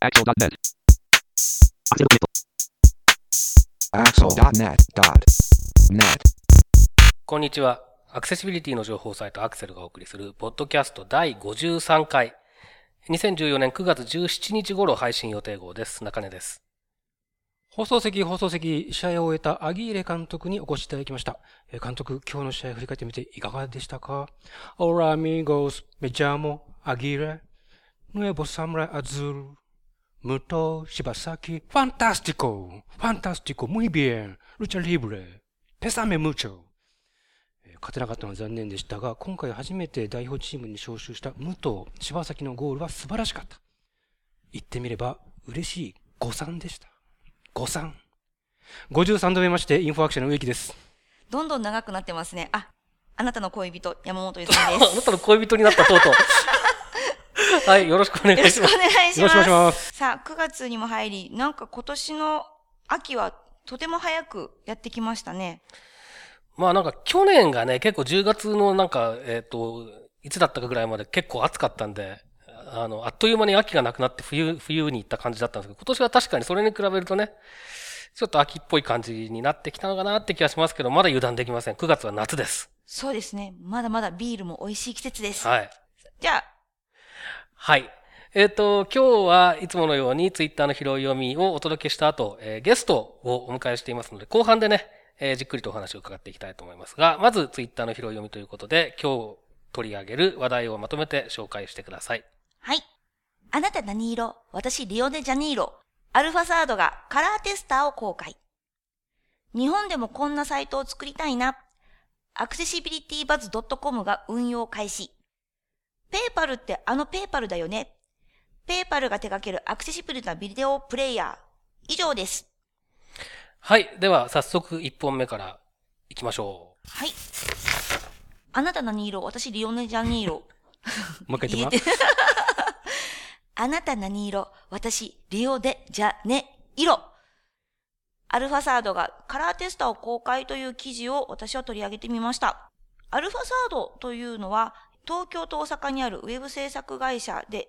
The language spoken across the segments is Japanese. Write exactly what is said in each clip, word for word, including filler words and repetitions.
axel ドットネット axel ドットネットこんにちは。アクセシビリティの情報サイトアクセルがお送りするポッドキャストだいごじゅうさんかい。にせんじゅうよねんくがつじゅうしちにち頃配信予定号です。中根です。 放送席、放送席、試合を終えたアギーレ監督にお越しいただきました。監督、今日の試合振り返ってみていかがでしたか？ Hola amigos, me llamo Aguirre, nuevo samurai azul, muto Shibasaki, fantástico, fantástico, muy bien, lucha libre, pésame mucho。勝てなかったのは残念でしたが、今回初めて代表チームに招集した武藤柴崎のゴールは素晴らしかった。言ってみれば嬉しい誤算でした。誤算。ごじゅうさんどめましてインフォアクションの植木です。 どんどん長くなってますね。あ、あなたの恋人山本由伸です。 あなたの恋人になったとうとう。はい、よろしくお願いします。 よろしくお願いします。 よろしくお願いします。 さあ、くがつにも入り、なんか今年の秋はとても早くやってきましたね。 まあなんか去年がね、結構じゅうがつのなんか、えっと、いつだったかぐらいまで結構暑かったんで、あの、あっという間に秋がなくなって冬、冬に行った感じだったんですけど、今年は確かにそれに比べるとね、ちょっと秋っぽい感じになってきたのかなって気がしますけど、まだ油断できません。くがつは夏です。 そうですね。まだまだビールも美味しい季節です。 はい。 じゃあ。 はい。えっと、今日はいつものようにツイッターの拾い読みをお届けした後、えー、ゲストをお迎えしていますので、後半でね、えー、じっくりとお話を伺っていきたいと思いますが、まずツイッターの拾い読みということで、今日取り上げる話題をまとめて紹介してください。 はい。あなた何色？私リオデジャネイロ。アルファサードがカラーテスターを公開。日本でもこんなサイトを作りたいな。アクセシビリティバズ .com が運用開始。ペーパルってあのペーパルだよね。ペーパルが手掛けるアクセシブルなビデオプレイヤー。以上です。 はい。では、早速いっぽんめから行きましょう。 はい。あなた何色？私リオデジャネイロ。 もう一回言ってもらう？ あなた何色？私リオデジャネイロ。アルファサードがカラーテスターを公開という記事を私は取り上げてみました。アルファサードというのは東京と大阪にあるウェブ制作会社です。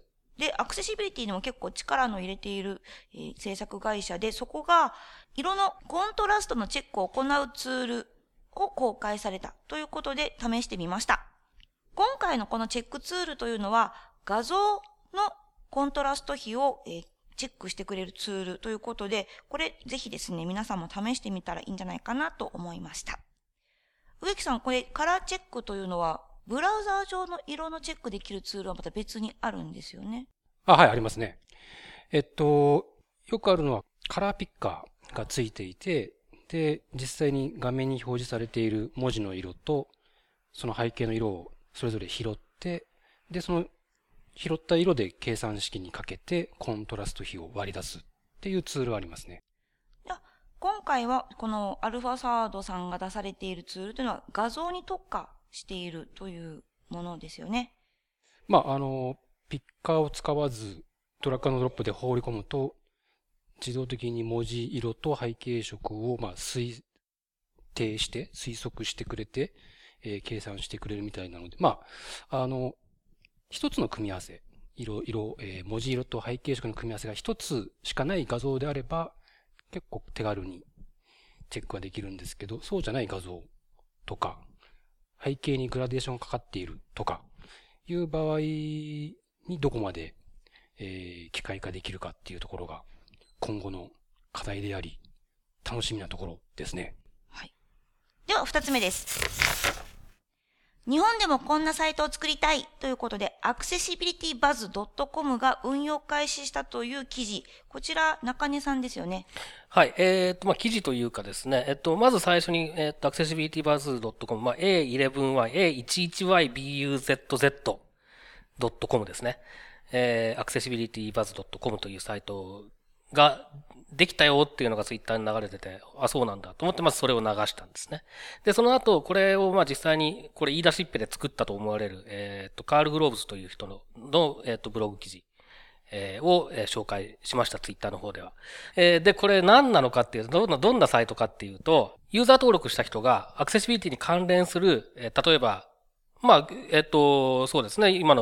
で、アクセシビリティにも結構力の入れている、えー、制作会社で、そこが色のコントラストのチェックを行うツールを公開されたということで試してみました。今回のこのチェックツールというのは画像のコントラスト比を、えー、チェックしてくれるツールということで、これぜひですね、皆さんも試してみたらいいんじゃないかなと思いました。植木さん、これカラーチェックというのはブラウザー上の色のチェックできるツールはまた別にあるんですよね。 あ、はい、ありますね。えっと、よくあるのはカラーピッカーがついていて、で、実際に画面に表示されている文字の色と、その背景の色をそれぞれ拾って、で、その拾った色で計算式にかけてコントラスト比を割り出すっていうツールはありますね。 今回はこのアルファサードさんが出されているツールというのは画像に特化しているというものですよね。 まあ、あの、ピッカーを使わずドラッグ&ドロップで放り込むと、自動的に文字色と背景色をまあ推定して、推測してくれて、えー、計算してくれるみたいなので、まあ、あの、一つの組み合わせ、色、色、えー、文字色と背景色の組み合わせが一つしかない画像であれば、結構手軽にチェックができるんですけど、そうじゃない画像とか、背景にグラデーションがかかっているとか、いう場合にどこまで、えー、機械化できるかっていうところが今後の課題であり、楽しみなところですね。 はい。では二つ目です。日本でもこんなサイトを作りたいということで、アクセシビリティバズ .com が運用開始したという記事。こちら、中根さんですよね。 はい。えっと、まあ、記事というかですね、えっと、まず最初に、えっと、アクセシビリティバズ .com、まあ、エーイレブンワイ、エーイレブンワイビーユーゼットゼットドットコム ですね。えー、アクセシビリティバズ .com というサイトができたよっていうのがツイッターに流れてて、あ、そうなんだと思ってまずそれを流したんですね。で、その後、これをまあ実際に、これ言い出しっぺで作ったと思われる、えっと、カール・グローブスという人の、の、えっと、ブログ記事、えー、を、えー、紹介しました、ツイッターの方では。えー、で、これ何なのかっていうと、どんな、どんなサイトかっていうと、ユーザー登録した人がアクセシビリティに関連する、えー、例えば、まあ、えっと、そうですね、今の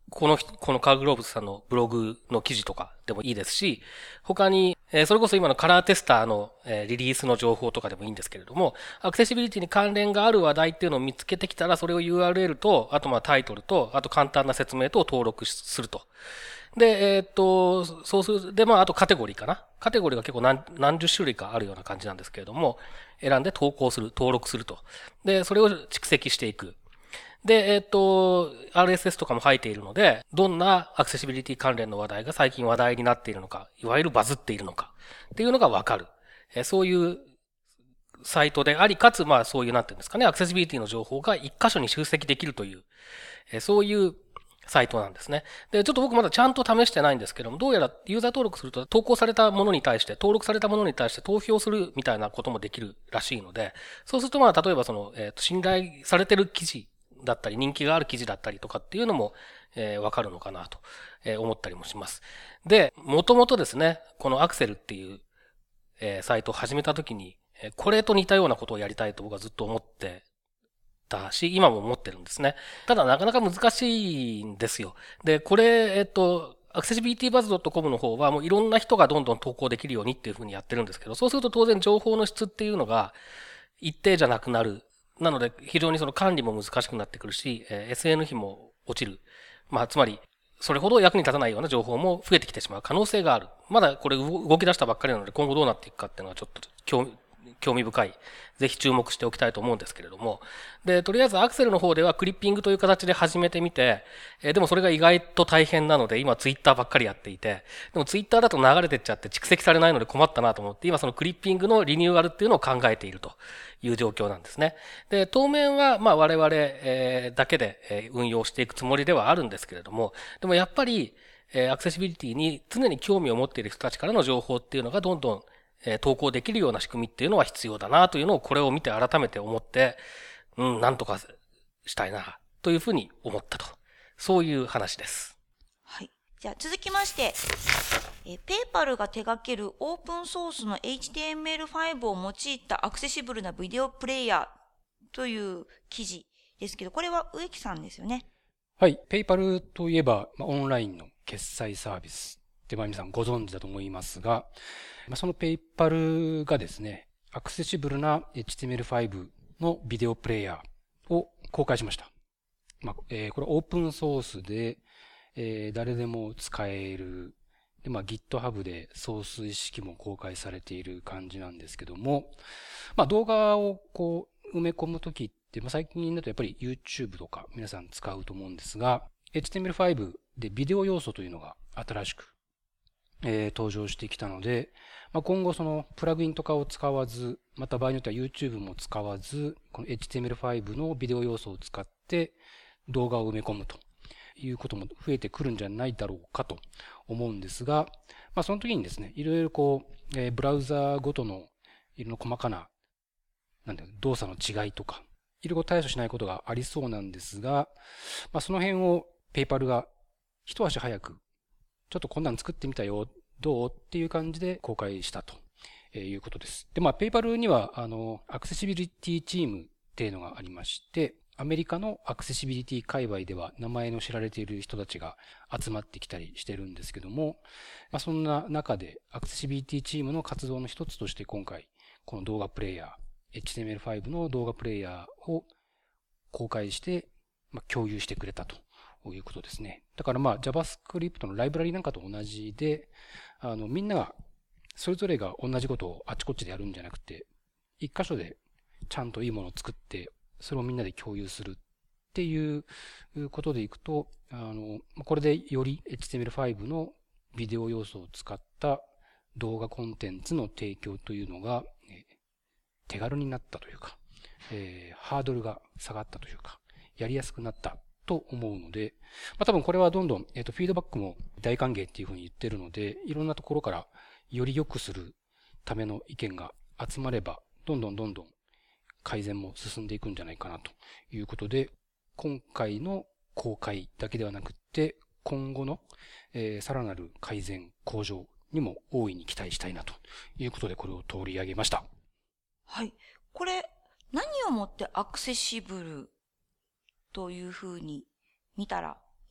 この、このカール・グローブスさんのブログの記事とかでもいいですし、他に、えー、それこそ今のカラーテスターの、えー、リリースの情報とかでもいいんですけれども、アクセシビリティに関連がある話題っていうのを見つけてきたら、それを ユーアールエル と、あとまあタイトルと、あと簡単な説明と登録すると。で、えー、っと、そうする、で、まあ、あとカテゴリーかな。カテゴリーが結構何、何十種類かあるような感じなんですけれども、選んで投稿する、登録すると。で、それを蓄積していく。で、えっと、アールエスエス とかも入っているので、どんなアクセシビリティ関連の話題が最近話題になっているのか、いわゆるバズっているのか、っていうのがわかる。えそういうサイトであり、かつ、まあそういう、なんていうんですかね、アクセシビリティの情報が一箇所に集積できるという、えそういうサイトなんですね。で、ちょっと僕まだちゃんと試してないんですけども、どうやらユーザー登録すると投稿されたものに対して、登録されたものに対して投票するみたいなこともできるらしいので、そうするとまあ例えばその、えっと、信頼されてる記事、だったり人気がある記事だったりとかっていうのも、えー、わかるのかなと、えー、思ったりもします。で、もともとですね、このアクセルっていう、えー、サイトを始めたときに、えー、これと似たようなことをやりたいと僕はずっと思ってたし、今も思ってるんですね。ただなかなか難しいんですよ。で、これ、えっと、アクセシビリティバズドットコム の方はもういろんな人がどんどん投稿できるようにっていうふうにやってるんですけど、そうすると当然情報の質っていうのが一定じゃなくなる。なので、非常にその管理も難しくなってくるし、えー、エスエヌ 比も落ちる。まあ、つまり、それほど役に立たないような情報も増えてきてしまう可能性がある。まだこれ動き出したばっかりなので、今後どうなっていくかっていうのはちょっと興味、興味深い。ぜひ注目しておきたいと思うんですけれども。で、とりあえずアクセルの方ではクリッピングという形で始めてみて、えー、でもそれが意外と大変なので、今ツイッターばっかりやっていて、でもツイッターだと流れてっちゃって蓄積されないので困ったなと思って、今そのクリッピングのリニューアルっていうのを考えているという状況なんですね。で、当面はまあ我々、えー、だけで、えー、運用していくつもりではあるんですけれども、でもやっぱり、えー、アクセシビリティに常に興味を持っている人たちからの情報っていうのがどんどん投稿できるような仕組みっていうのは必要だなというのをこれを見て改めて思って、うん、なんとかしたいなというふうに思ったと。そういう話です。 はい。じゃあ続きまして、えペイパルが手掛けるオープンソースの エイチティーエムエルファイブ を用いたアクセシブルなビデオプレイヤーという記事ですけど、これは植木さんですよね。 はい。ペイパルといえば、まあ、オンラインの決済サービスって皆さんご存知だと思いますが、まあ、そのペイパルがですね、アクセシブルな エイチティーエムエルファイブ のビデオプレイヤーを公開しました。まあえー、これはオープンソースで、えー、誰でも使える。で、まあ、GitHub でソース意識も公開されている感じなんですけども、まあ、動画をこう埋め込むときって、まあ、最近だとやっぱり YouTube とか皆さん使うと思うんですが、エイチティーエムエルファイブ でビデオ要素というのが新しく、えー、登場してきたので、まあ、今後そのプラグインとかを使わず、また場合によっては YouTube も使わず、この エイチティーエムエルファイブ のビデオ要素を使って動画を埋め込むということも増えてくるんじゃないだろうかと思うんですが、まあ、その時にですね、いろいろこう、えー、ブラウザーごとのいろいろ細かな、なんだろう、動作の違いとか、いろいろ対処しないことがありそうなんですが、まあ、その辺をペイパルが一足早く、ちょっとこんなん作ってみたよ、どうっていう感じで公開したということです。で、まあ、ペイパルには、あの、アクセシビリティチームっていうのがありまして、アメリカのアクセシビリティ界隈では名前の知られている人たちが集まってきたりしてるんですけども、まあ、そんな中でアクセシビリティチームの活動の一つとして今回、この動画プレイヤー、エイチティーエムエルファイブ の動画プレイヤーを公開して、まあ、共有してくれたということですね。だからまあ JavaScript のライブラリなんかと同じで、あのみんながそれぞれが同じことをあちこちでやるんじゃなくて、一箇所でちゃんといいものを作って、それをみんなで共有するっていうことでいくと、あのこれでより エイチティーエムエルファイブ のビデオ要素を使った動画コンテンツの提供というのが手軽になったというか、えー、ハードルが下がったというか、やりやすくなったと思うので、まあ、多分これはどんどん、えっと、フィードバックも大歓迎っていうふうに言ってるので、いろんなところからより良くするための意見が集まれば、どんどんどんどん改善も進んでいくんじゃないかなということで、今回の公開だけではなくって、今後の、えー、さらなる改善、向上にも大いに期待したいなということで、これを取り上げました。 はい。これ、何をもってアクセシブルというふうに見たら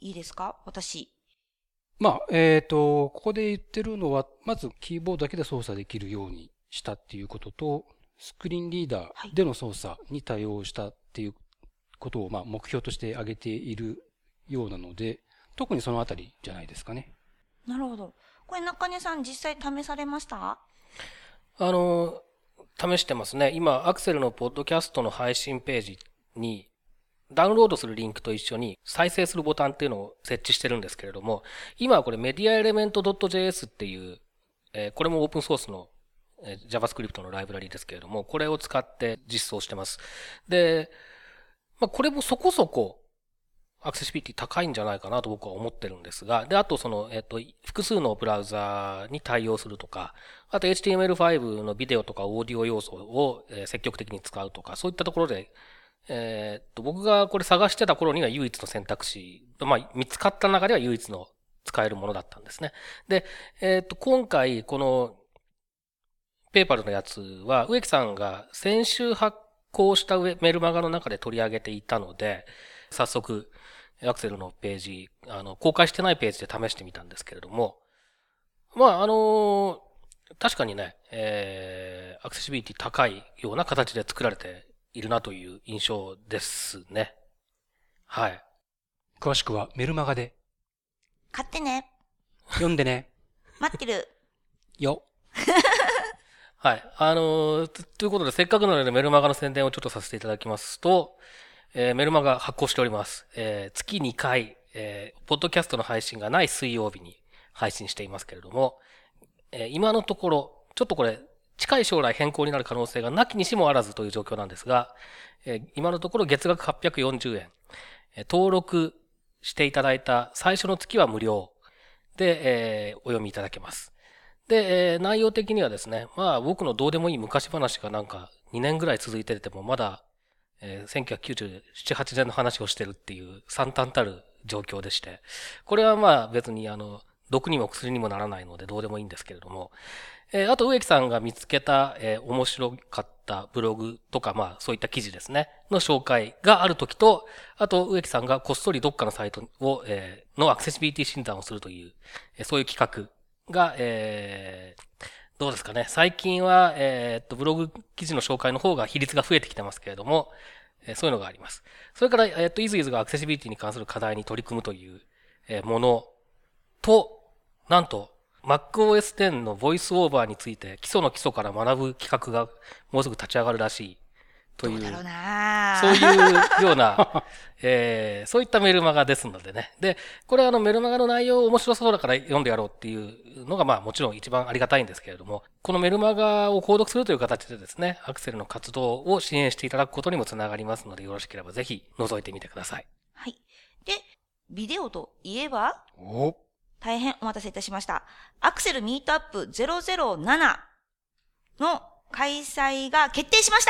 いいですか？私。 まあ、えっと、ここで言ってるのは、まずキーボードだけで操作できるようにしたっていうことと、スクリーンリーダーでの操作に対応したっていうことを、まあ、目標として挙げているようなので、特にそのあたりじゃないですかね。 なるほど。これ中根さん実際試されました？ あの、試してますね。今、アクセルのポッドキャストの配信ページに、ダウンロードするリンクと一緒に再生するボタンっていうのを設置してるんですけれども、今はこれメディアエレメント .js っていう、えー、これもオープンソースの、えー、JavaScript のライブラリですけれども、これを使って実装してます。で、まあ、これもそこそこアクセシビリティ高いんじゃないかなと僕は思ってるんですが、で、あとその、えっと、複数のブラウザに対応するとか、あと エイチティーエムエルファイブ のビデオとかオーディオ要素を積極的に使うとか、そういったところで、えっと、僕がこれ探してた頃には唯一の選択肢、まあ、見つかった中では唯一の使えるものだったんですね。で、えっと、今回、この、ペーパルのやつは、植木さんが先週発行したメルマガの中で取り上げていたので、早速、アクセルのページ、あの、公開してないページで試してみたんですけれども、まあ、あの、確かにね、えー、アクセシビリティ高いような形で作られているなという印象ですね。はい。 詳しくはメルマガで。 買ってね。 読んでね。 待ってる。 よ。 はい。あのー、ということで、せっかくなのでメルマガの宣伝をちょっとさせていただきますと、えー、メルマガ発行しております。えー、月にかい、えー、ポッドキャストの配信がない水曜日に配信していますけれども、えー、今のところ、ちょっとこれ、近い将来変更になる可能性がなきにしもあらずという状況なんですが、えー、今のところ月額はっぴゃくよんじゅうえん、えー、登録していただいた最初の月は無料で、えー、お読みいただけます。で、えー、内容的にはですね、まあ僕のどうでもいい昔話がなんかにねんぐらい続いててもまだ、えー、せんきゅうひゃくきゅうじゅうなな、はちねんの話をしてるっていう惨憺たる状況でして、これはまあ別にあの、毒にも薬にもならないのでどうでもいいんですけれども、えー、あと植木さんが見つけた、えー、面白かったブログとかまあそういった記事ですね、の紹介があるときと、あと植木さんがこっそりどっかのサイトを、えー、のアクセシビリティ診断をするという、えー、そういう企画が、えー、どうですかね。最近は、えー、っと、ブログ記事の紹介の方が比率が増えてきてますけれども、えー、そういうのがあります。それから、えー、っと、イズイズがアクセシビリティに関する課題に取り組むという、えー、ものと、なんと、MacOS テンのボイスオーバーについて基礎の基礎から学ぶ企画がもうすぐ立ち上がるらしいという、 どうだろうなそういうような、えー、そういったメルマガですのでね。で、これはあのメルマガの内容面白そうだから読んでやろうっていうのがまあもちろん一番ありがたいんですけれども、このメルマガを購読するという形でですね、アクセルの活動を支援していただくことにもつながりますので、よろしければぜひ覗いてみてください。 はい。で、ビデオといえば、 お大変お待たせいたしました。アクセルミートアップゼロゼロななの開催が決定しました。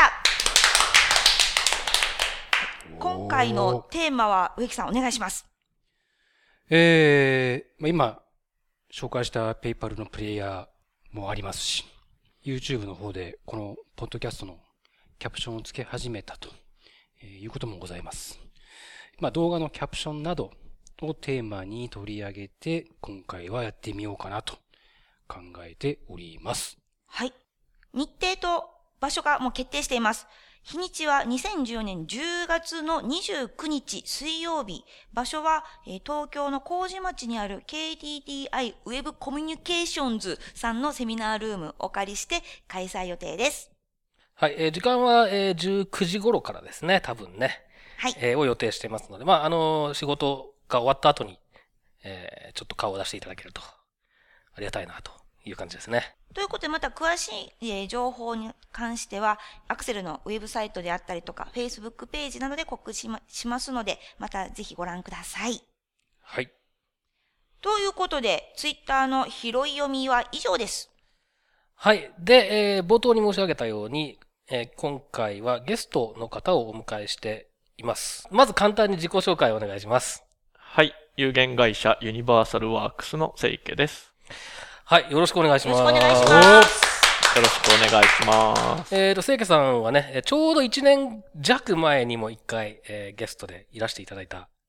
今回のテーマは植木さんお願いします。 えー、今紹介したペイパルのプレイヤーもありますし、YouTube の方でこのポッドキャストのキャプションを付け始めたということもございます。まあ動画のキャプションなどをテーマに取り上げて今回はやってみようかなと考えております。 はい。日程と場所がもう決定しています。日にちはにせんじゅうよねんじゅうがつのにじゅうくにち水曜日。場所は、えー、東京の麹町にある ケーティーティーアイ ウェブコミュニケーションズさんのセミナールームをお借りして開催予定です。 はい、えー、時間は、えー、じゅうくじ頃からですね、多分ね。 はい。 えー、を予定していますので、まあ、あのー、仕事が終わった後に、えー、ちょっと顔を出していただけるとありがたいなという感じですね。 ということで、また詳しい、えー、情報に関しては、アクセルのウェブサイトであったりとか、Facebook ページなどで告知し ま, しますので、またぜひご覧ください。 はい。 ということで、Twitter の拾い読みは以上です。 はい。で、えー、冒頭に申し上げたように、えー、今回はゲストの方をお迎えしています。まず簡単に自己紹介をお願いします。 はい。有限会社ユニバーサルワークスの清家です。 はい。よろしくお願いします。 よろしくお願いします。 よろしくお願いします。 えっと、清家さんはね、ちょうどいちねん弱前にも一回、えー、ゲストでいらしていただいた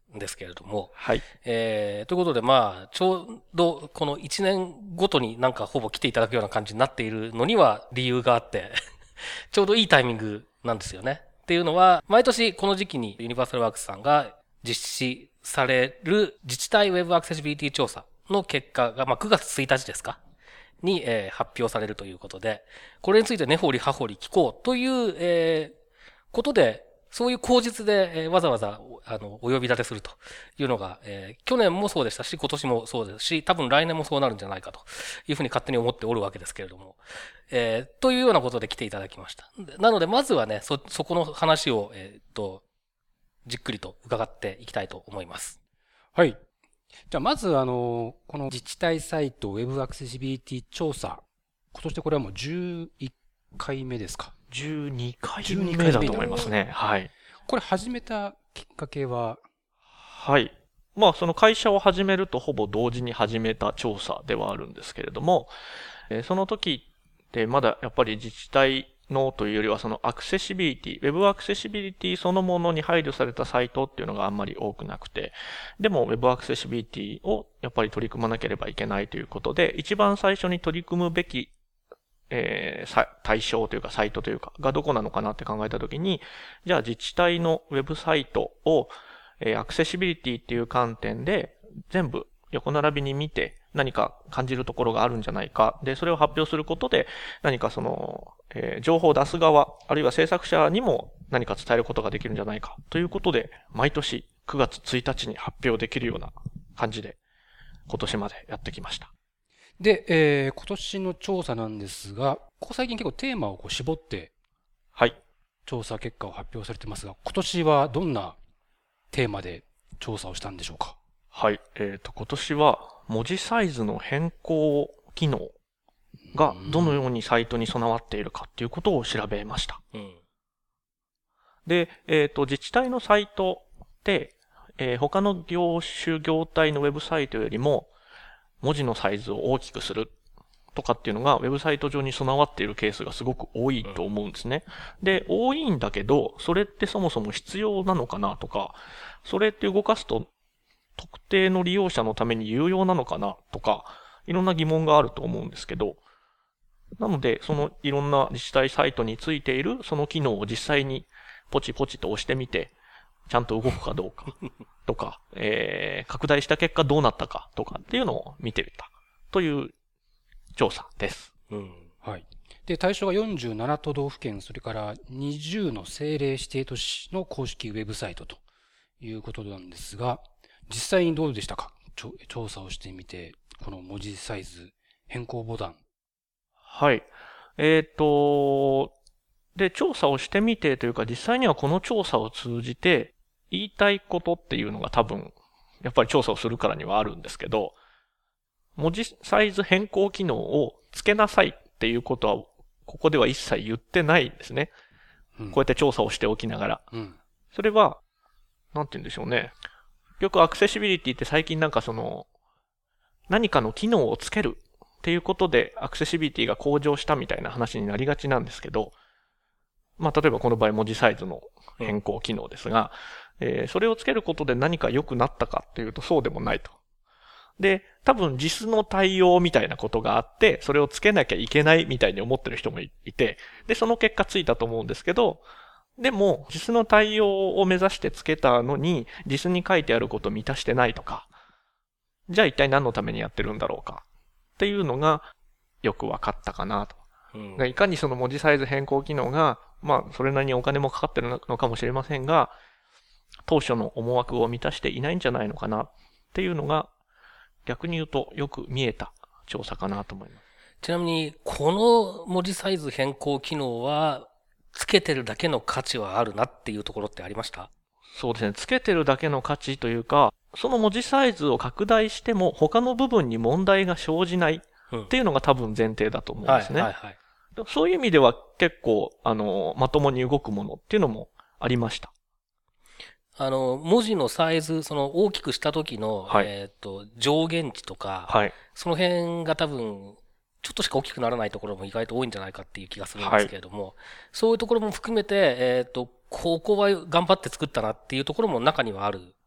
んですけれども、 はい。 えー、ということで、まあ、ちょうどこのいちねんごとになんかほぼ来ていただくような感じになっているのには理由があって、ちょうどいいタイミングなんですよね。っていうのは、毎年この時期にユニバーサルワークスさんが実施される自治体ウェブアクセシビリティ調査の結果が、まあ、くがつついたちですかに、えー、発表されるということで、これについて根掘り葉掘り聞こうという、えー、ことで、そういう口実で、えー、わざわざあのお呼び立てするというのが、えー、去年もそうでしたし、今年もそうですし、多分来年もそうなるんじゃないかというふうに勝手に思っておるわけですけれども、えー、というようなことで来ていただきました。なので、まずはね、そ、そこの話を、えー、っと、じっくりと伺っていきたいと思います。 はい。じゃあ、まず、あの、この自治体サイトウェブアクセシビリティ調査、今年でこれはもうじゅういっかいめですか？ じゅうにかいめだと思いますね。はい。 これ始めたきっかけは？ はい。まあ、その会社を始めるとほぼ同時に始めた調査ではあるんですけれども、えー、その時ってまだやっぱり自治体のというよりはそのアクセシビリティ、ウェブアクセシビリティそのものに配慮されたサイトっていうのがあんまり多くなくて、でもウェブアクセシビリティをやっぱり取り組まなければいけないということで、一番最初に取り組むべきえー、対象というかサイトというかがどこなのかなって考えたときに、じゃあ自治体のウェブサイトを、えー、アクセシビリティっていう観点で全部横並びに見て何か感じるところがあるんじゃないか。で、それを発表することで何かその、えー、情報を出す側、あるいは制作者にも何か伝えることができるんじゃないかということで、毎年くがつついたちに発表できるような感じで今年までやってきました。 で、えー、今年の調査なんですが、ここ最近結構テーマをこう絞って、 はい。 調査結果を発表されてますが、今年はどんなテーマで調査をしたんでしょうか？ はい。えっと、今年は文字サイズの変更機能がどのようにサイトに備わっているかっていうことを調べました。うん、で、えっと、自治体のサイトって、えー、他の業種業態のウェブサイトよりも、文字のサイズを大きくするとかっていうのがウェブサイト上に備わっているケースがすごく多いと思うんですね。で、多いんだけど、それってそもそも必要なのかなとか、それって動かすと特定の利用者のために有用なのかなとか、いろんな疑問があると思うんですけど、なので、そのいろんな自治体サイトについているその機能を実際にポチポチと押してみて、ちゃんと動くかどうかとか、えー、拡大した結果どうなったかとかっていうのを見てみたという調査です。 うん。はい。で、対象がよんじゅうなな都道府県、それからにじゅうの政令指定都市の公式ウェブサイトということなんですが、実際にどうでしたか？調査をしてみて、この文字サイズ変更ボタン。 はい。えっと、で、調査をしてみてというか、実際にはこの調査を通じて、言いたいことっていうのが多分、やっぱり調査をするからにはあるんですけど、文字サイズ変更機能をつけなさいっていうことは、ここでは一切言ってないんですね。うん、こうやって調査をしておきながら。うん、それは、なんて言うんでしょうね。よくアクセシビリティって最近なんかその、何かの機能をつけるっていうことでアクセシビリティが向上したみたいな話になりがちなんですけど、まあ例えばこの場合文字サイズの変更機能ですが、えー、それをつけることで何か良くなったかっていうとそうでもないと。で、多分実の対応みたいなことがあって、それをつけなきゃいけないみたいに思ってる人もいて、で、その結果ついたと思うんですけど、でも、実の対応を目指してつけたのに、実に書いてあることを満たしてないとか、じゃあ一体何のためにやってるんだろうかっていうのがよく分かったかなと。うん、いかにその文字サイズ変更機能が、まあ、それなりにお金もかかってるのかもしれませんが、当初の思惑を満たしていないんじゃないのかなっていうのが、逆に言うとよく見えた調査かなと思います。 ちなみに、この文字サイズ変更機能は、つけてるだけの価値はあるなっていうところってありました？ そうですね。つけてるだけの価値というか、その文字サイズを拡大しても他の部分に問題が生じないっていうのが多分前提だと思うんですね。うん、はいはいはい。そういう意味では結構、あの、まともに動くものっていうのもありました。 あの、文字のサイズ、その大きくした時の、はい、えっと、上限値とか、はい、その辺が多分、ちょっとしか大きくならないところも意外と多いんじゃないかっていう気がするんですけれども、はい、そういうところも含めて、えっと、ここは頑張って作ったなっていうところも中にはある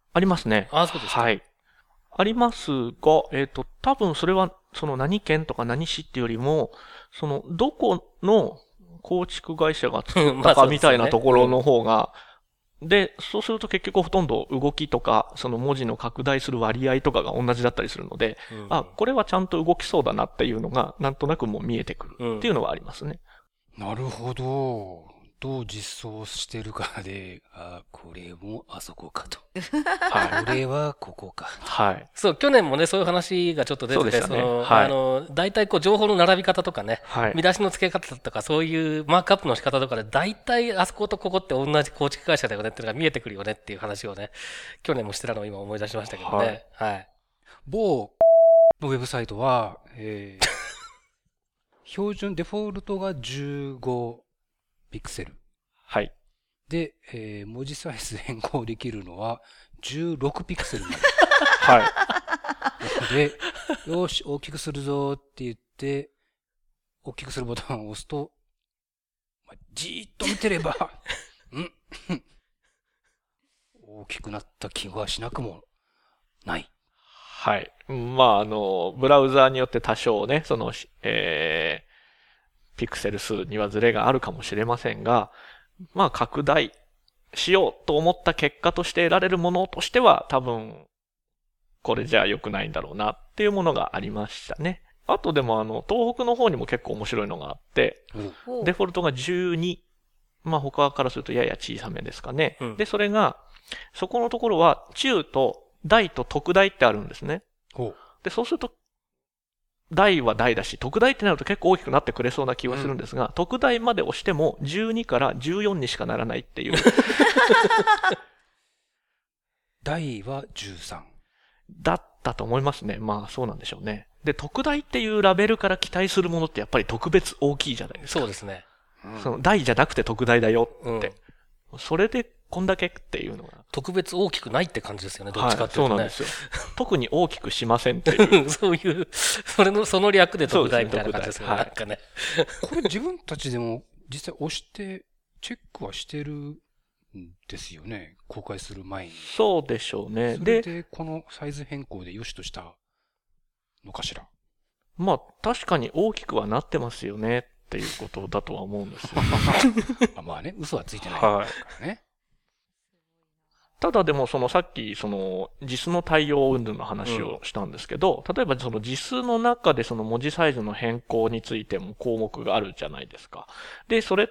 ありますね。 あ、そうですか。 はい。ありますが、えっと、多分それは、その何県とか何市っていうよりも、その、どこの構築会社が作ったかみたいなところの方が、で、そうすると結局ほとんど動きとか、その文字の拡大する割合とかが同じだったりするので、 うん、 あ、これはちゃんと動きそうだなっていうのが、なんとなくもう見えてくるっていうのはありますね。 うん、なるほど。どう実装してるかで、あ、これもあそこかと。はい。これはここか。 はい。 そう、去年もね、そういう話がちょっと出てて、そ、ね、の、はい、あの、大体こう情報の並び方とかね、はい、見出しの付け方とか、そういうマークアップの仕方とかで、大体あそことここって同じ構築会社だよねっていうのが見えてくるよねっていう話をね、去年もしてたのを今思い出しましたけどね。はい。はい、 某のウェブサイトは、えー、標準デフォルトがじゅうごピクセル。 はい。 で、えー、文字サイズ変更できるのはじゅうろくピクセルまで。 はい。 なので、よし、大きくするぞって言って、大きくするボタンを押すと、まあ、じーっと見てれば、ん大きくなった気はしなくもない。 はい。まあ、あの、ブラウザーによって多少ね、その、えー、ピクセル数にはズレがあるかもしれませんが、まあ、拡大しようと思った結果として得られるものとしては、多分、これじゃ良くないんだろうなっていうものがありましたね。あとでも、あの、東北の方にも結構面白いのがあって、うん、デフォルトがじゅうに。まあ、他からするとやや小さめですかね。うん、で、それが、そこのところは、中と大と特大ってあるんですね。で、そうすると、大は大だし、特大ってなると結構大きくなってくれそうな気はするんですが、うん、特大まで押してもじゅうにからじゅうよんにしかならないっていう。 大はじゅうさん。 だったと思いますね。まあそうなんでしょうね。で、特大っていうラベルから期待するものってやっぱり特別大きいじゃないですか。 そうですね。 うん、その大じゃなくて特大だよって。うん、それでこんだけっていうのが。 特別大きくないって感じですよね、どっちかっていうとね。はい、そうなんですよ。 特に大きくしませんっていう。 そういう、それの、その略で特大みたいな感じですよね、なんかね。 これ自分たちでも実際押してチェックはしてるんですよね、公開する前に。 そうでしょうね。 それで、このサイズ変更で良しとしたのかしら。 まあ、確かに大きくはなってますよねっていうことだとは思うんですよ、ね。 まあね、嘘はついてないからね。はい、 ただでもそのさっきその実の対応云々の話をしたんですけど、うん、例えばその実の中でその文字サイズの変更についても項目があるじゃないですか。で、それって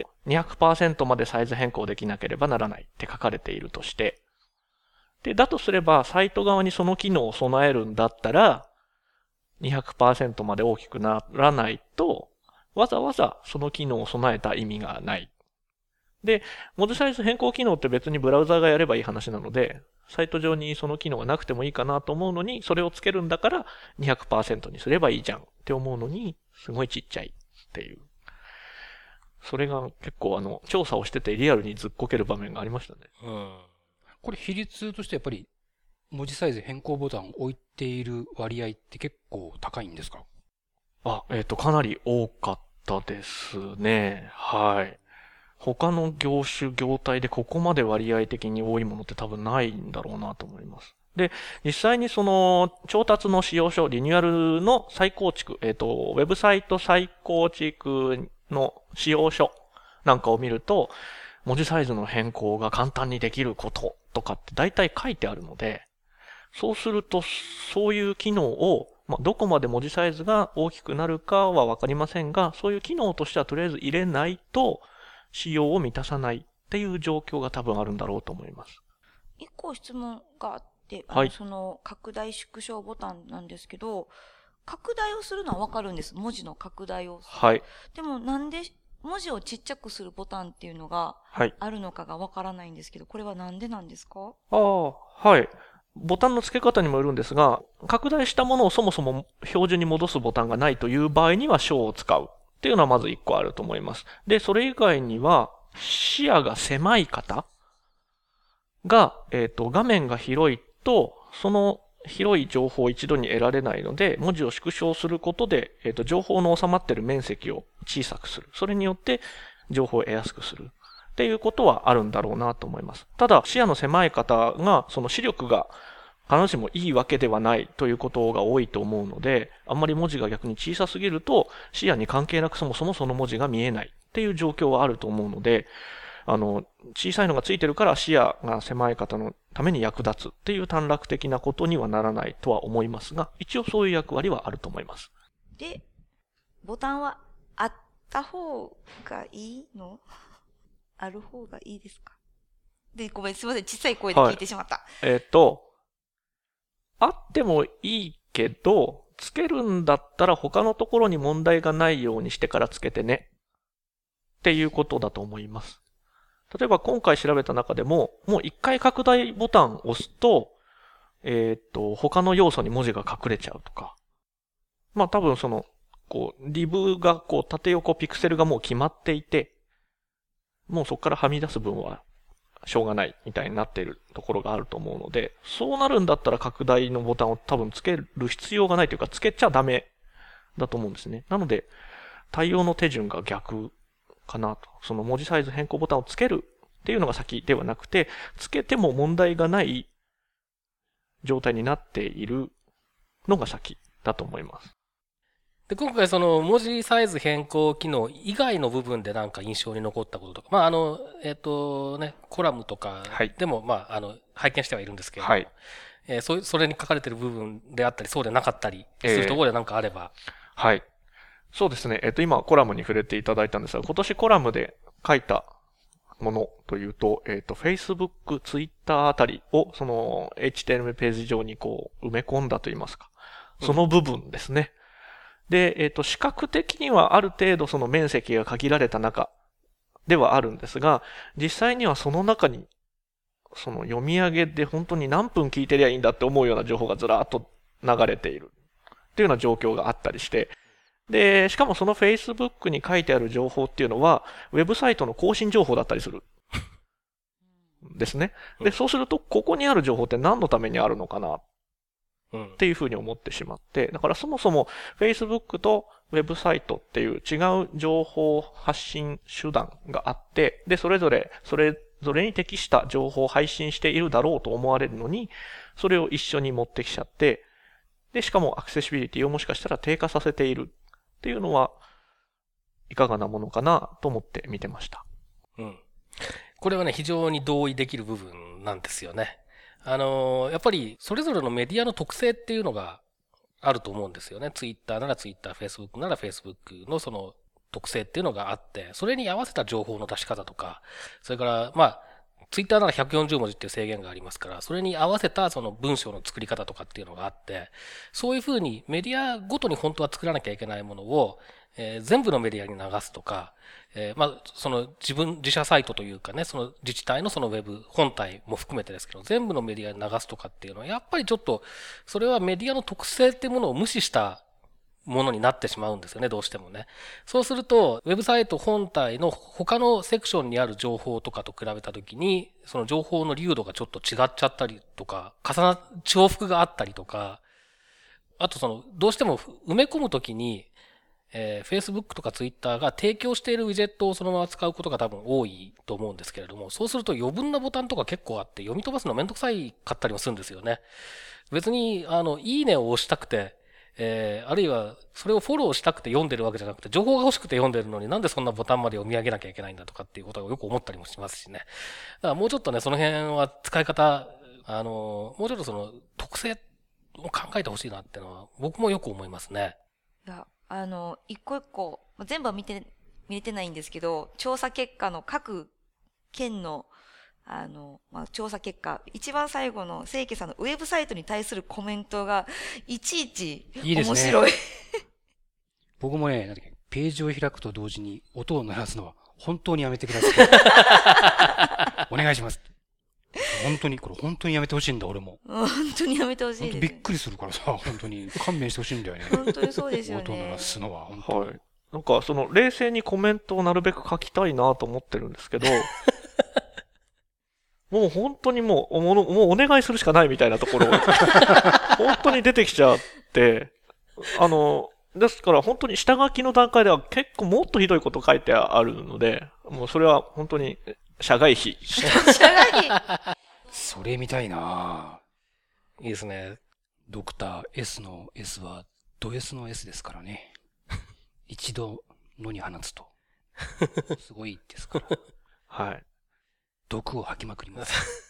にひゃくパーセント までサイズ変更できなければならないって書かれているとして。で、だとすればサイト側にその機能を備えるんだったら にひゃくパーセント まで大きくならないとわざわざその機能を備えた意味がない。で、文字サイズ変更機能って別にブラウザーがやればいい話なので、サイト上にその機能がなくてもいいかなと思うのに、それをつけるんだから にひゃくパーセント にすればいいじゃんって思うのに、すごいちっちゃいっていう。それが結構あの、調査をしててリアルにずっこける場面がありましたね。 うん。これ比率としてやっぱり文字サイズ変更ボタンを置いている割合って結構高いんですか？ あ、えっと、かなり多かったですね。はい。他の業種、業態でここまで割合的に多いものって多分ないんだろうなと思います。で、実際にその、調達の仕様書、リニューアルの再構築、えっと、ウェブサイト再構築の仕様書なんかを見ると、文字サイズの変更が簡単にできることとかって大体書いてあるので、そうすると、そういう機能を、まあ、どこまで文字サイズが大きくなるかはわかりませんが、そういう機能としてはとりあえず入れないと、仕様を満たさないっていう状況が多分あるんだろうと思います。 一個質問があって、あの、はい、その拡大縮小ボタンなんですけど、拡大をするのはわかるんです。文字の拡大をする。 はい。 でもなんで文字をちっちゃくするボタンっていうのがあるのかがわからないんですけど、これはなんでなんですか？ ああ、はい。ボタンの付け方にもよるんですが、拡大したものをそもそも標準に戻すボタンがないという場合には小を使う。っていうのはまず一個あると思います。で、それ以外には、視野が狭い方が、えっと、画面が広いと、その広い情報を一度に得られないので、文字を縮小することで、えっと、情報の収まっている面積を小さくする。それによって、情報を得やすくする。っっていうことはあるんだろうなと思います。ただ、視野の狭い方が、その視力が必ずしもいいわけではないということが多いと思うので、あんまり文字が逆に小さすぎると、視野に関係なくそもそもその文字が見えないっていう状況はあると思うので、あの、小さいのがついてるから視野が狭い方のために役立つっていう短絡的なことにはならないとは思いますが、一応そういう役割はあると思います。 で、ボタンはあった方がいいの？ある方がいいですか？で、ごめん、すいません。小さい声で聞いてしまった。はい、 えっと、あってもいいけど、つけるんだったら他のところに問題がないようにしてからつけてね。っていうことだと思います。例えば今回調べた中でも、もう一回拡大ボタンを押すと、えっと、他の要素に文字が隠れちゃうとか。まあ多分その、こう、リブがこう縦横ピクセルがもう決まっていて、もうそこからはみ出す分はしょうがないみたいになっているところがあると思うので、そうなるんだったら拡大のボタンを多分つける必要がないというか、つけちゃダメだと思うんですね。なので、対応の手順が逆かなと。その文字サイズ変更ボタンをつけるっていうのが先ではなくて、つけても問題がない状態になっているのが先だと思います。 で、今回その文字サイズ変更機能以外の部分でなんか印象に残ったこととか、まああの、えっとね、コラムとかでも、まああの、拝見してはいるんですけれども、はい、えー、そ、それに書かれている部分であったり、そうでなかったりするところでなんかあれば。 えー、はい。そうですね。えっと、今コラムに触れていただいたんですが、今年コラムで書いたものというと、えっと、Facebook、Twitter あたりをその エイチティーエムエル ページ上にこう埋め込んだといいますか、その部分ですね。うんで、えっと、視覚的にはある程度その面積が限られた中ではあるんですが、実際にはその中に、その読み上げで本当に何分聞いてりゃいいんだって思うような情報がずらーっと流れているっていうような状況があったりして、で、しかもその Facebook に書いてある情報っていうのは、ウェブサイトの更新情報だったりする。ですね。で、そうすると、ここにある情報って何のためにあるのかなっていうふうに思ってしまって、だからそもそも Facebook とウェブサイトっていう違う情報発信手段があって、で、それぞれ、それぞれに適した情報を配信しているだろうと思われるのに、それを一緒に持ってきちゃって、で、しかもアクセシビリティをもしかしたら低下させているっていうのは、いかがなものかなと思って見てました。 うん。これはね、非常に同意できる部分なんですよね。あのー、やっぱりそれぞれのメディアの特性っていうのがあると思うんですよね。ツイッターならツイッター、フェイスブックならフェイスブックのその特性っていうのがあって、それに合わせた情報の出し方とか、それから、まあ、ツイッターならひゃくよんじゅう文字っていう制限がありますから、それに合わせたその文章の作り方とかっていうのがあって、そういうふうにメディアごとに本当は作らなきゃいけないものを、えー、全部のメディアに流すとか、えー、まあ、その自分、自社サイトというかね、その自治体のそのウェブ本体も含めてですけど、全部のメディアに流すとかっていうのは、やっぱりちょっと、それはメディアの特性っていうものを無視したものになってしまうんですよね、どうしてもね。そうすると、ウェブサイト本体の他のセクションにある情報とかと比べたときに、その情報の流度がちょっと違っちゃったりとか、重な、重複があったりとか、あとその、どうしても埋め込むときに、えー、Facebook とか Twitter が提供しているウィジェットをそのまま使うことが多分多いと思うんですけれども、そうすると余分なボタンとか結構あって読み飛ばすのめんどくさいかったりもするんですよね。別に、あの、いいねを押したくて、えー、あるいはそれをフォローしたくて読んでるわけじゃなくて、情報が欲しくて読んでるのになんでそんなボタンまで読み上げなきゃいけないんだとかっていうことをよく思ったりもしますしね。だからもうちょっとね、その辺は使い方、あの、もうちょっとその特性を考えてほしいなっていうのは僕もよく思いますね。 いや、あの、一個一個、全部は見て、見れてないんですけど、調査結果の各県の、あの、まあ、調査結果、一番最後の清家さんのウェブサイトに対するコメントが、いちいち面白い。いいですね、 僕もね、なんだっけ、ページを開くと同時に音を鳴らすのは本当にやめてください。お願いします。本当に、これ本当にやめてほしいんだ、俺も。 本当にやめてほしいです、ね。 びっくりするからさ、本当に勘弁してほしいんだよね。 本当にそうですよね。 音を鳴らすのは、本当に。 はい。なんか、その、冷静にコメントをなるべく書きたいなと思ってるんですけど、もう本当にもう、もう、もうお願いするしかないみたいなところ、本当に出てきちゃって、あの、ですから本当に下書きの段階では結構もっとひどいこと書いてあるので、もうそれは本当に社外費。 社外費。 それみたいな。 いいですね。 ドクター S の S はド S の S ですからね。一度野に放つと。すごいですから。 はい。 毒を吐きまくります。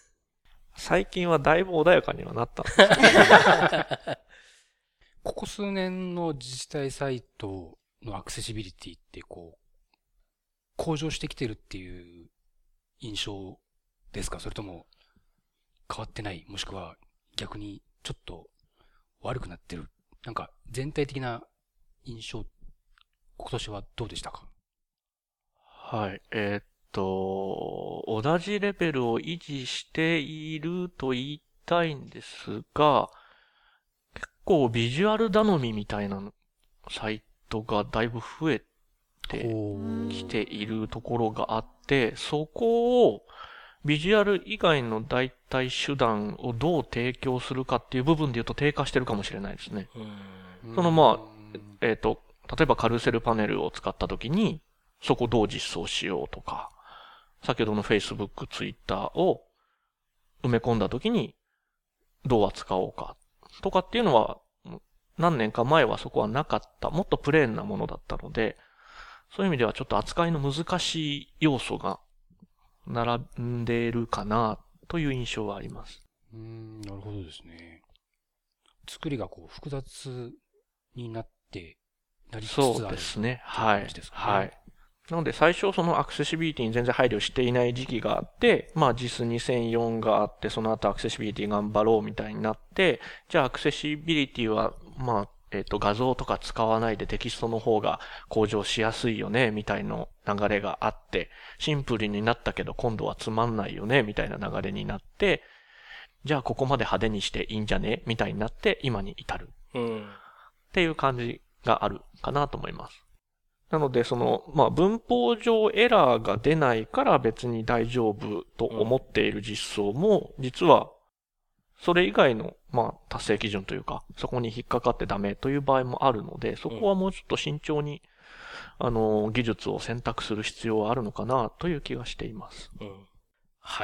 最近はだいぶ穏やかにはなったんですね。 ここ数年の自治体サイトのアクセシビリティってこう、向上してきてるっていう印象ですか？それとも変わってない？もしくは逆にちょっと悪くなってる？なんか全体的な印象、今年はどうでしたか？ はい。えーっと、同じレベルを維持していると言いたいんですが、結構ビジュアル頼みみたいなサイトがだいぶ増えてきているところがあって、そこをビジュアル以外の代替手段をどう提供するかっていう部分で言うと低下してるかもしれないですね。そのまあ、えっと、例えばカルセルパネルを使ったときに、そこどう実装しようとか、先ほどの Facebook、Twitter を埋め込んだときにどう扱おうかとかっていうのは何年か前はそこはなかった。もっとプレーンなものだったので、そういう意味ではちょっと扱いの難しい要素が並んでいるかなという印象はあります。 うーん、なるほどですね。作りがこう複雑になってなりつつある。 そうですね。はい。 ね、 はい。なので最初そのアクセシビリティに全然配慮していない時期があって、まあ ジスにせんよん があって、その後アクセシビリティ頑張ろうみたいになって、じゃあアクセシビリティはまあ、えっと画像とか使わないでテキストの方が向上しやすいよね、みたいな流れがあって、シンプルになったけど今度はつまんないよね、みたいな流れになって、じゃあここまで派手にしていいんじゃねみたいになって今に至る。うん。っていう感じがあるかなと思います。なので、その、まあ、文法上エラーが出ないから別に大丈夫と思っている実装も、実は、それ以外の、まあ、達成基準というか、そこに引っかかってダメという場合もあるので、そこはもうちょっと慎重に、あの、技術を選択する必要はあるのかなという気がしています。うん。 はい。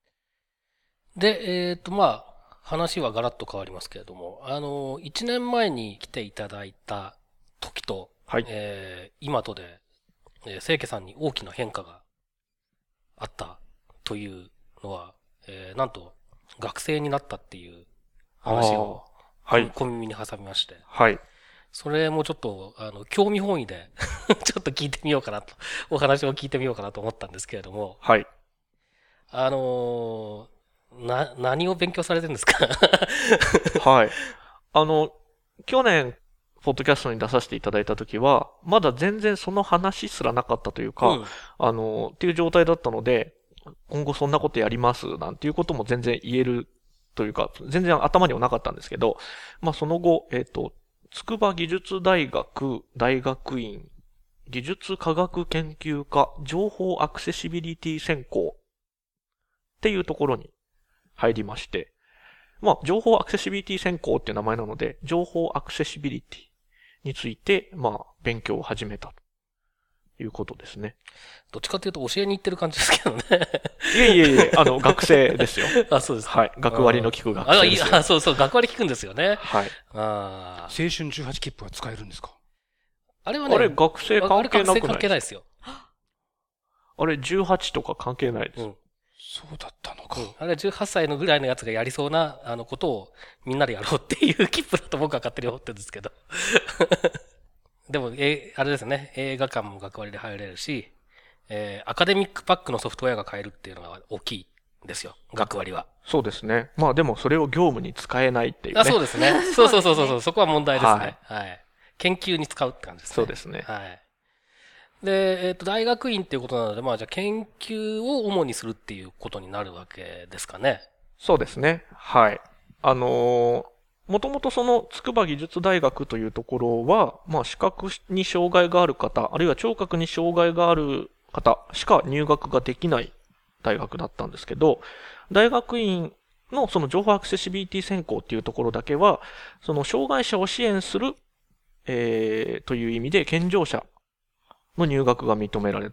で、えっと、まあ、話はガラッと変わりますけれども、あの、いちねんまえに来ていただいた時と、はい。えー、今とで、えー、清家さんに大きな変化があったというのは、えー、なんと学生になったっていう話を、はい。小耳に挟みまして。はい。それもちょっと、あの、興味本位で、ちょっと聞いてみようかなと、お話を聞いてみようかなと思ったんですけれども。はい。あのー、な、何を勉強されてるんですか？ はい。あの、去年、ポッドキャストに出させていただいたときは、まだ全然その話すらなかったというか、うん、あの、っていう状態だったので、今後そんなことやりますなんていうことも全然言えるというか、全然頭にはなかったんですけど、まあその後、えっと、筑波技術大学大学院技術科学研究科情報アクセシビリティ専攻っていうところに入りまして、まあ情報アクセシビリティ専攻っていう名前なので、情報アクセシビリティについて、まあ、勉強を始めたということですね。 どっちかというと教えに行ってる感じですけどね。 いえいえいえ、あの、学生ですよ。 あ、そうですか。 はい。学割の効く学生ですよ。 あ、いや、そうそう、学割効くんですよね。 はい。 あ青春じゅうはち切符は使えるんですか？ あれはね、 あれ学生関係なくない？あれ学生関係ないですよ。 あれじゅうはちとか関係ないです。うん、 そうだったのか、うん。 あれじゅうはっさいのぐらいのやつがやりそうな、あの、ことをみんなでやろうっていう切符だと僕は勝手に思ってるんですけど。でも、え、あれですね、映画館も学割で入れるし、えー、アカデミックパックのソフトウェアが買えるっていうのが大きいんですよ、学割は。 そうですね。まあでもそれを業務に使えないっていうね。 あ、そうですね。そうそうそうそう、そこは問題ですね。はい。はい、研究に使うって感じですね。 そうですね。 はい。で、えっと、大学院っていうことなので、まあじゃあ研究を主にするっていうことになるわけですかね。 そうですね。はい。あのー、もともとその筑波技術大学というところは、まあ視覚に障害がある方、あるいは聴覚に障害がある方しか入学ができない大学だったんですけど、大学院のその情報アクセシビリティ専攻っていうところだけは、その障害者を支援する、えー、という意味で健常者の入学が認められ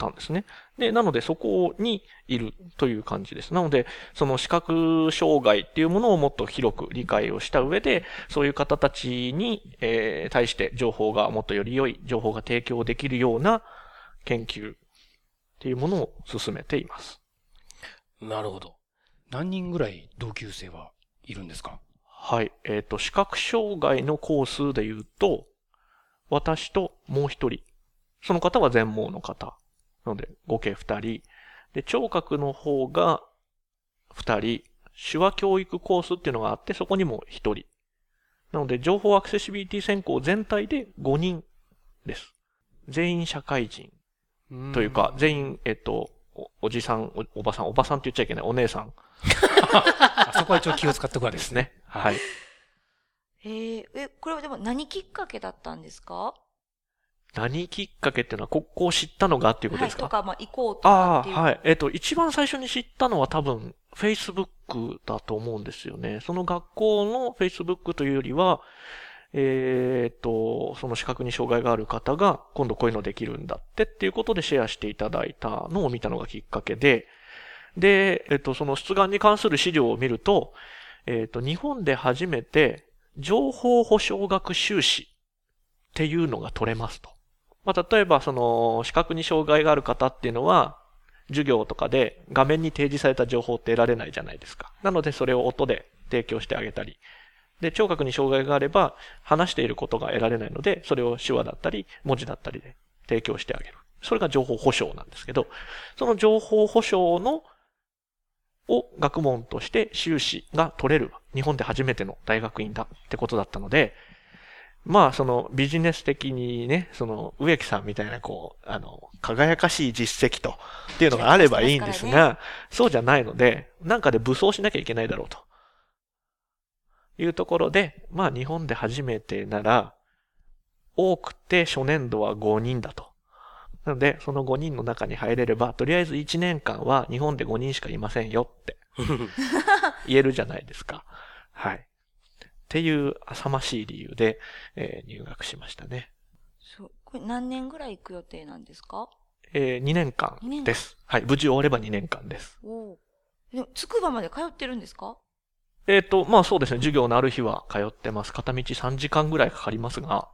たんですね。で、なのでそこにいるという感じです。なので、その視覚障害っていうものをもっと広く理解をした上で、そういう方たちに、えー、対して情報がもっとより良い情報が提供できるような研究っていうものを進めています。 なるほど。 何人ぐらい同級生はいるんですか？ はい。えっと、視覚障害のコースで言うと、私ともう一人。その方は全盲の方。なので、合計二人。で、聴覚の方が二人。手話教育コースっていうのがあって、そこにも一人。なので、情報アクセシビリティ専攻全体でごにんです。全員社会人。というか、全員、えっと、お、おじさんお、おばさん、おばさんって言っちゃいけない、お姉さん。 あそこは一応気を使っておくわけですね。 はい。 えー、え、これはでも何きっかけだったんですか？ 何きっかけっていうのは、ここを知ったのがっていうことですか？ はい、とか、まあ、行こうとかっていう。 ああ、はい。えっと、一番最初に知ったのは多分、Facebook だと思うんですよね。その学校の Facebook というよりは、えっと、その視覚に障害がある方が、今度こういうのできるんだってっていうことでシェアしていただいたのを見たのがきっかけで、で、えっと、その出願に関する資料を見ると、えっと、日本で初めて、情報保障学修士っていうのが取れますと。まあ、例えば、その、視覚に障害がある方っていうのは、授業とかで画面に提示された情報って得られないじゃないですか。なので、それを音で提供してあげたり。で、聴覚に障害があれば、話していることが得られないので、それを手話だったり、文字だったりで提供してあげる。それが情報保障なんですけど、その情報保障の、を学問として修士が取れる。日本で初めての大学院だってことだったので、まあ、そのビジネス的にね、その植木さんみたいなこう、あの、輝かしい実績と、っていうのがあればいいんですが、そうじゃないので、なんかで武装しなきゃいけないだろうと。いうところで、まあ日本で初めてなら、多くて初年度はごにんだと。なので、そのごにんの中に入れれば、とりあえずいちねんかんは日本でごにんしかいませんよって言えるじゃないですか。はい。っていう浅ましい理由で、えー、入学しましたね。 そう。これ何年ぐらい行く予定なんですか？ えー、にねんかんです。はい。無事終わればにねんかんです。 おでも、つくばまで通ってるんですか？ えっと、まあそうですね。授業のある日は通ってます。片道さんじかんぐらいかかりますが。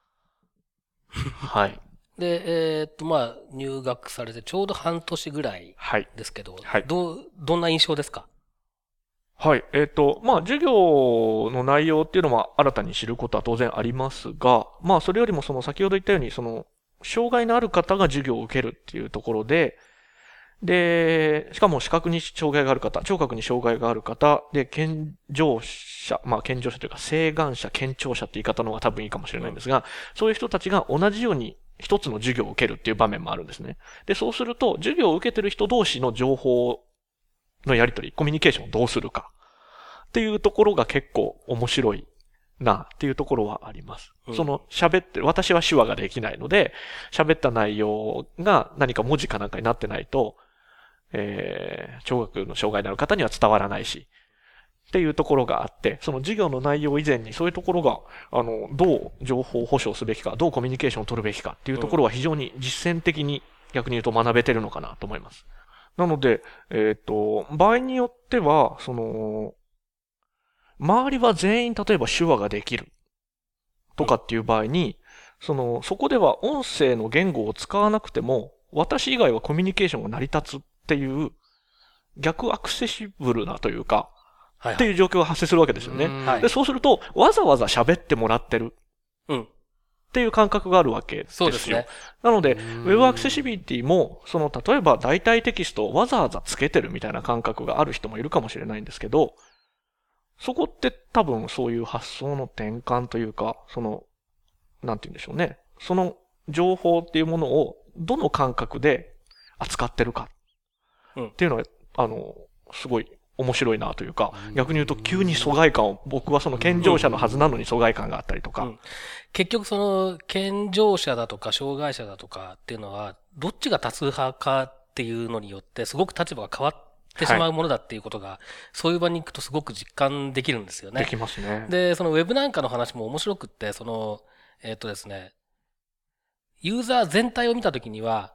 はい。 で、えー、っと、まあ、入学されてちょうど半年ぐらいですけど、 はいはい、 どう、どんな印象ですか？ はい。えっと、まあ、授業の内容っていうのは新たに知ることは当然ありますが、まあ、それよりもその先ほど言ったように、その、障害のある方が授業を受けるっていうところで、で、しかも視覚に障害がある方、聴覚に障害がある方、で、健常者、まあ、健常者というか、晴眼者、健聴者って言い方の方が多分いいかもしれないんですが、うん、そういう人たちが同じように一つの授業を受けるっていう場面もあるんですね。で、そうすると、授業を受けてる人同士の情報のやり取り、コミュニケーションをどうするかっていうところが結構面白いなっていうところはあります。うん、その喋って、私は手話ができないので、喋った内容が何か文字かなんかになってないと、えー、聴覚の障害のある方には伝わらないし、っていうところがあって、その授業の内容以前にそういうところが、あの、どう情報保障すべきか、どうコミュニケーションを取るべきかっていうところは非常に実践的に逆に言うと学べてるのかなと思います。なので、えっと、場合によっては、その、周りは全員例えば手話ができるとかっていう場合に、その、そこでは音声の言語を使わなくても、私以外はコミュニケーションが成り立つっていう逆アクセシブルなというか、はいはい、っていう状況が発生するわけですよね。はい、で、そうすると、わざわざ喋ってもらってる。うん。っていう感覚があるわけですよ。そうですね。なので、ウェブアクセシビリティも、その、例えば代替テキストをわざわざつけてるみたいな感覚がある人もいるかもしれないんですけど、そこって多分そういう発想の転換というか、その、なんて言うんでしょうね。その情報っていうものをどの感覚で扱ってるかっていうのは、あの、すごい面白いなというか、逆に言うと急に疎外感を、僕はその健常者のはずなのに疎外感があったりとか。うん、 結局その健常者だとか障害者だとかっていうのは、どっちが多数派かっていうのによってすごく立場が変わってしまうものだっていうことが、はい、そういう場に行くとすごく実感できるんですよね。 できますね。 で、そのウェブなんかの話も面白くって、その、えっとですね、ユーザー全体を見たときには、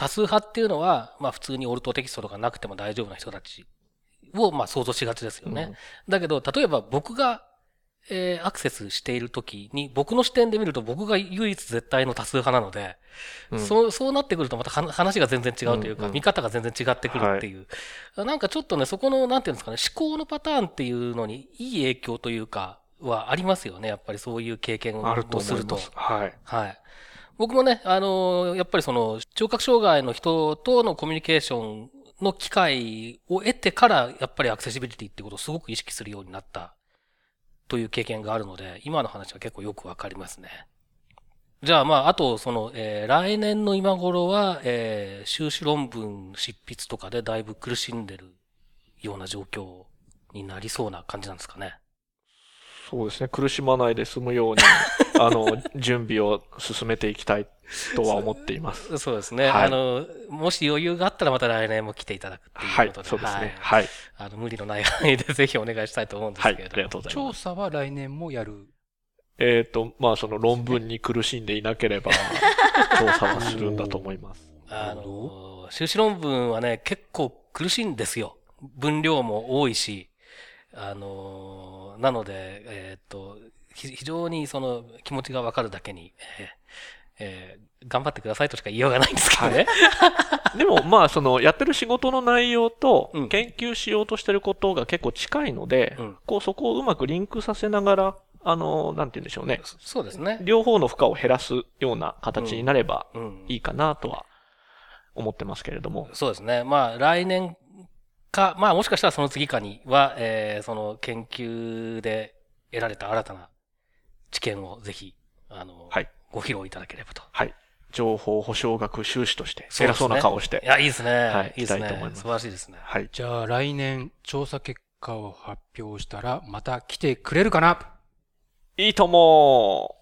多数派っていうのは、まあ普通にオルトテキストとかなくても大丈夫な人たちをまあ想像しがちですよね。うん、だけど、例えば僕が、えー、アクセスしているときに、僕の視点で見ると僕が唯一絶対の多数派なので、うん、そう、そうなってくるとまた話が全然違うというか、うんうん、見方が全然違ってくるっていう、はい。なんかちょっとね、そこの、なんていうんですかね、思考のパターンっていうのにいい影響というか、はありますよね。やっぱりそういう経験をすると。 はい。 はい。僕もね、あのー、やっぱりその、聴覚障害の人とのコミュニケーションの機会を得てから、やっぱりアクセシビリティってことをすごく意識するようになったという経験があるので、今の話は結構よくわかりますね。じゃあまあ、あと、その、えー、来年の今頃は、えー、修士論文執筆とかでだいぶ苦しんでるような状況になりそうな感じなんですかね。 そうですね。苦しまないで済むように、あの、準備を進めていきたいとは思っています。 そうですね。はい、あの、もし余裕があったらまた来年も来ていただくっていうことで。 はい、そうですね。はい。 あの、無理のない範囲でぜひお願いしたいと思うんですけれども。はい、 ありがとうございます。 調査は来年もやる？ えっと、まあ、その論文に苦しんでいなければ、調査はするんだと思います。 あの、修士論文はね、結構苦しいんですよ。分量も多いし。あの、なので、えっと、非常にその気持ちがわかるだけに、えーえー、頑張ってくださいとしか言いようがないんですけどね。 はい、でもまあそのやってる仕事の内容と研究しようとしてることが結構近いので、うん、こうそこをうまくリンクさせながら、あの、なんて言うんでしょうね。 そうですね。 両方の負荷を減らすような形になればいいかなとは思ってますけれども。 うんうん、そうですね。まあ来年か、まあもしかしたらその次かには、えー、その研究で得られた新たな知見をぜひ、あの、はい、ご披露いただければと。 はい。情報保障学修士として、偉そうな顔をして。 いや、いいですね。 はい。 いいですね。 いきたいと思います。 素晴らしいですね。 はい。 じゃあ来年調査結果を発表したら、また来てくれるかな？ いいとも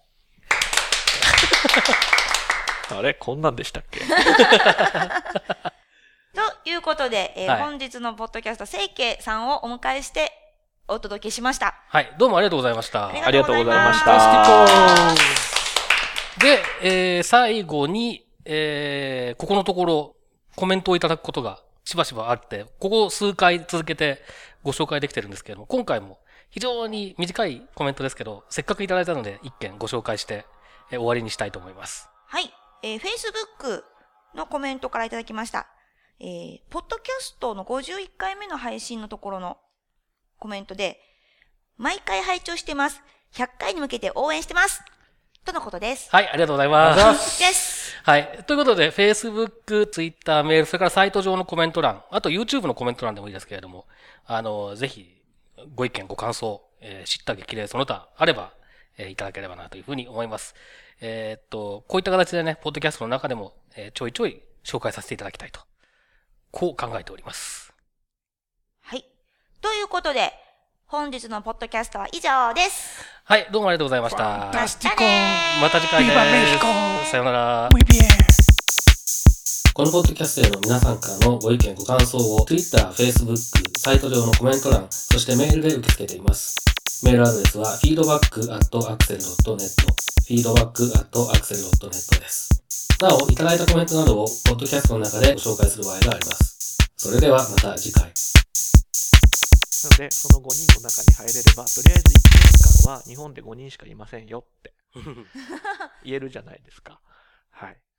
ー。あれこんなんでしたっけということで、えーはい、本日のポッドキャスト、せいけいさんをお迎えしてお届けしました。 はい、どうもありがとうございました。 ありがとうございました。 で、えー、最後に、えー、ここのところコメントをいただくことがしばしばあって、ここ数回続けてご紹介できてるんですけれども、今回も非常に短いコメントですけど、せっかくいただいたので一件ご紹介して、えー、終わりにしたいと思います。 はい、えー、Facebook のコメントからいただきました。えー、ポッドキャストのごじゅういっかいめの配信のところのコメントで、毎回拝聴してます。ひゃっかいに向けて応援してます。とのことです。 はい、ありがとうございます。 です。 はい。ということで、Facebook、Twitter、メール、それからサイト上のコメント欄、あと YouTube のコメント欄でもいいですけれども、あの、ぜひ、ご意見、ご感想、えー、知った激励その他あれば、えー、いただければなというふうに思います。えー、っと、こういった形でね、ポッドキャストの中でも、えー、ちょいちょい紹介させていただきたいと。こう考えております。 はい。ということで、本日のポッドキャストは以上です。 はい、どうもありがとうございました。 また次回また次回です。さよなら。このポッドキャストへの皆さんからのご意見ご感想を Twitter、Facebook、サイト上のコメント欄、そしてメールで受け付けています。メールアドレスは フィードバック アットアクセル ドットネット フィードバック アットアクセル ドットネット です。なお、いただいたコメントなどをポッドキャストの中でご紹介する場合があります。それではまた次回。 なので、そのごにんの中に入れれば、とりあえずいちねんかんは日本でごにんしかいませんよって言えるじゃないですか。はい。